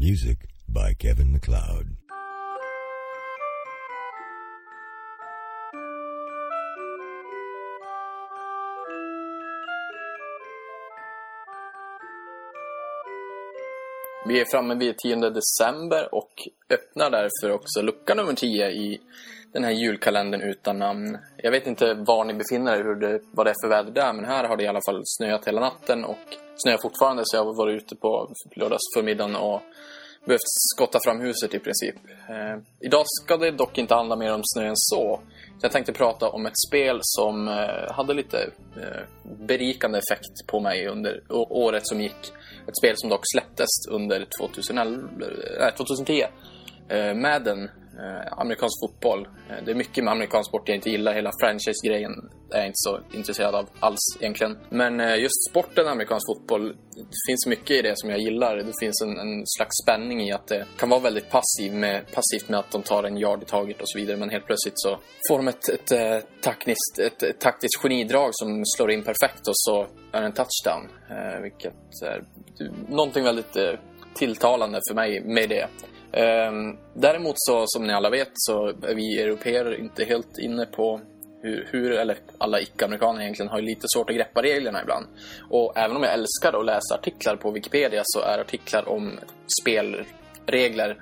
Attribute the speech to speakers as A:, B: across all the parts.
A: Music by Kevin MacLeod.
B: Vi är framme vid 10 december och öppnar därför också lucka nummer 10 i den här julkalendern utan namn. Jag vet inte var ni befinner er, vad det är för väder där, men här har det i alla fall snöat hela natten och snöar fortfarande, så jag har varit ute på lördagsförmiddagen och behövt skotta fram huset i princip. Idag ska det dock inte handla mer om snö än så. Jag tänkte prata om ett spel som hade lite berikande effekt på mig under året som gick. Ett spel som dock släpptes under 2010. Madden, amerikansk fotboll. Det är mycket med amerikansk sport jag inte gillar. Hela franchise-grejen är jag inte så intresserad av alls egentligen. Men just sporten amerikansk fotboll, det finns mycket i det som jag gillar. Det finns en slags spänning i att det kan vara väldigt passivt med att de tar en yard i taget och så vidare. Men helt plötsligt så får de ett taktiskt genidrag som slår in perfekt och så är det en touchdown. Vilket är någonting väldigt tilltalande för mig med det. Däremot så, som ni alla vet, så är vi europeer inte helt inne på eller alla icke-amerikaner egentligen har ju lite svårt att greppa reglerna ibland. Och även om jag älskar att läsa artiklar på Wikipedia, så är artiklar om spelregler,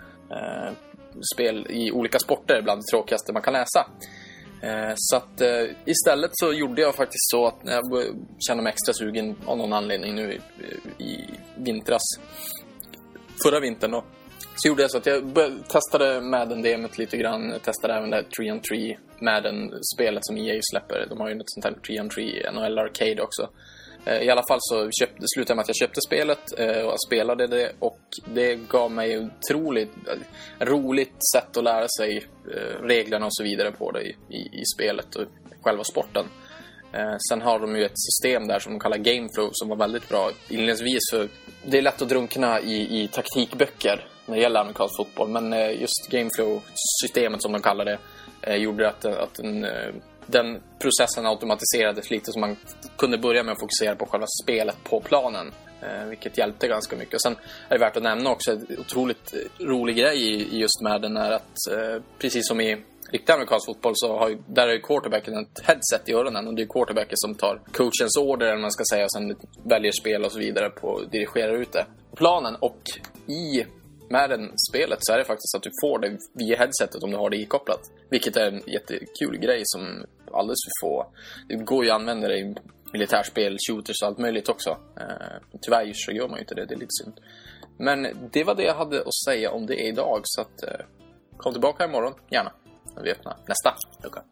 B: spel i olika sporter bland det tråkigaste man kan läsa. Så att istället så gjorde jag faktiskt så att när jag kände mig extra sugen av någon anledning nu i vintras, förra vintern då, så gjorde jag så att jag testade Madden-demet lite grann. Jag testade även det här 3-on-3 Madden-spelet som EA släpper. De har ju något sånt här 3-on-3 NHL Arcade också. I alla fall så slutade med att jag köpte spelet och spelade det. Och det gav mig ett roligt sätt att lära sig reglerna och så vidare på det i spelet och själva sporten. Sen har de ju ett system där som de kallar Gameflow som var väldigt bra inledningsvis, för det är lätt att drunkna i taktikböcker när det gäller amerikansk fotboll, men just Gameflow-systemet som de kallar det gjorde att den processen automatiserades lite, så man kunde börja med att fokusera på själva spelet på planen, vilket hjälpte ganska mycket. Och sen är det värt att nämna också en otroligt rolig grej i just Madden är att precis som i riktig amerikansk fotboll så där är quarterbacken ett headset i öronen, och det är quarterbacken som tar coachens order, eller man ska säga, och sen väljer spel och så vidare och dirigerar ut det på planen. Och i Madden-spelet så är det faktiskt att du får det via headsetet om du har det ikopplat, vilket är en jättekul grej som alldeles för få. Det går ju att använda det i militärspel, shooters och allt möjligt också. Tyvärr så gör man ju inte det är lite synd. Men det var det jag hade att säga om det idag, så att kom tillbaka imorgon, gärna, när vi öppnar nästa lucka.